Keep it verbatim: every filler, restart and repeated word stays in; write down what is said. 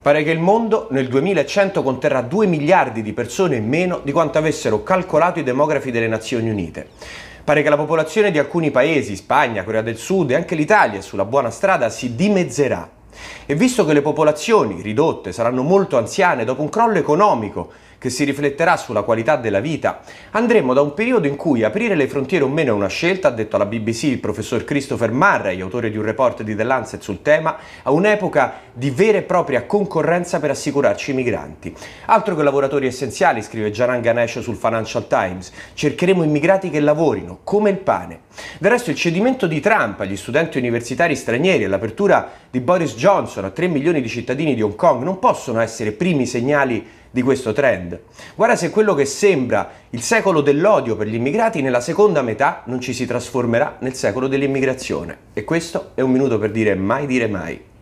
Pare che il mondo nel duemilacento conterrà due miliardi di persone in meno di quanto avessero calcolato i demografi delle Nazioni Unite. Pare che la popolazione di alcuni paesi, Spagna, Corea del Sud e anche l'Italia è sulla buona strada, si dimezzerà. E visto che le popolazioni ridotte saranno molto anziane dopo un crollo economico che si rifletterà sulla qualità della vita, andremo da un periodo in cui aprire le frontiere o meno è una scelta, ha detto alla B B C il professor Christopher Murray, autore di un report di The Lancet sul tema, a un'epoca di vera e propria concorrenza per assicurarci i migranti. Altro che lavoratori essenziali, scrive Jaran Ganesh sul Financial Times, cercheremo immigrati che lavorino, come il pane. Del resto il cedimento di Trump agli studenti universitari stranieri e l'apertura di Boris Johnson a tre milioni di cittadini di Hong Kong non possono essere primi segnali di questo trend. Guarda se quello che sembra il secolo dell'odio per gli immigrati nella seconda metà non ci si trasformerà nel secolo dell'immigrazione. E questo è un minuto per dire mai dire mai.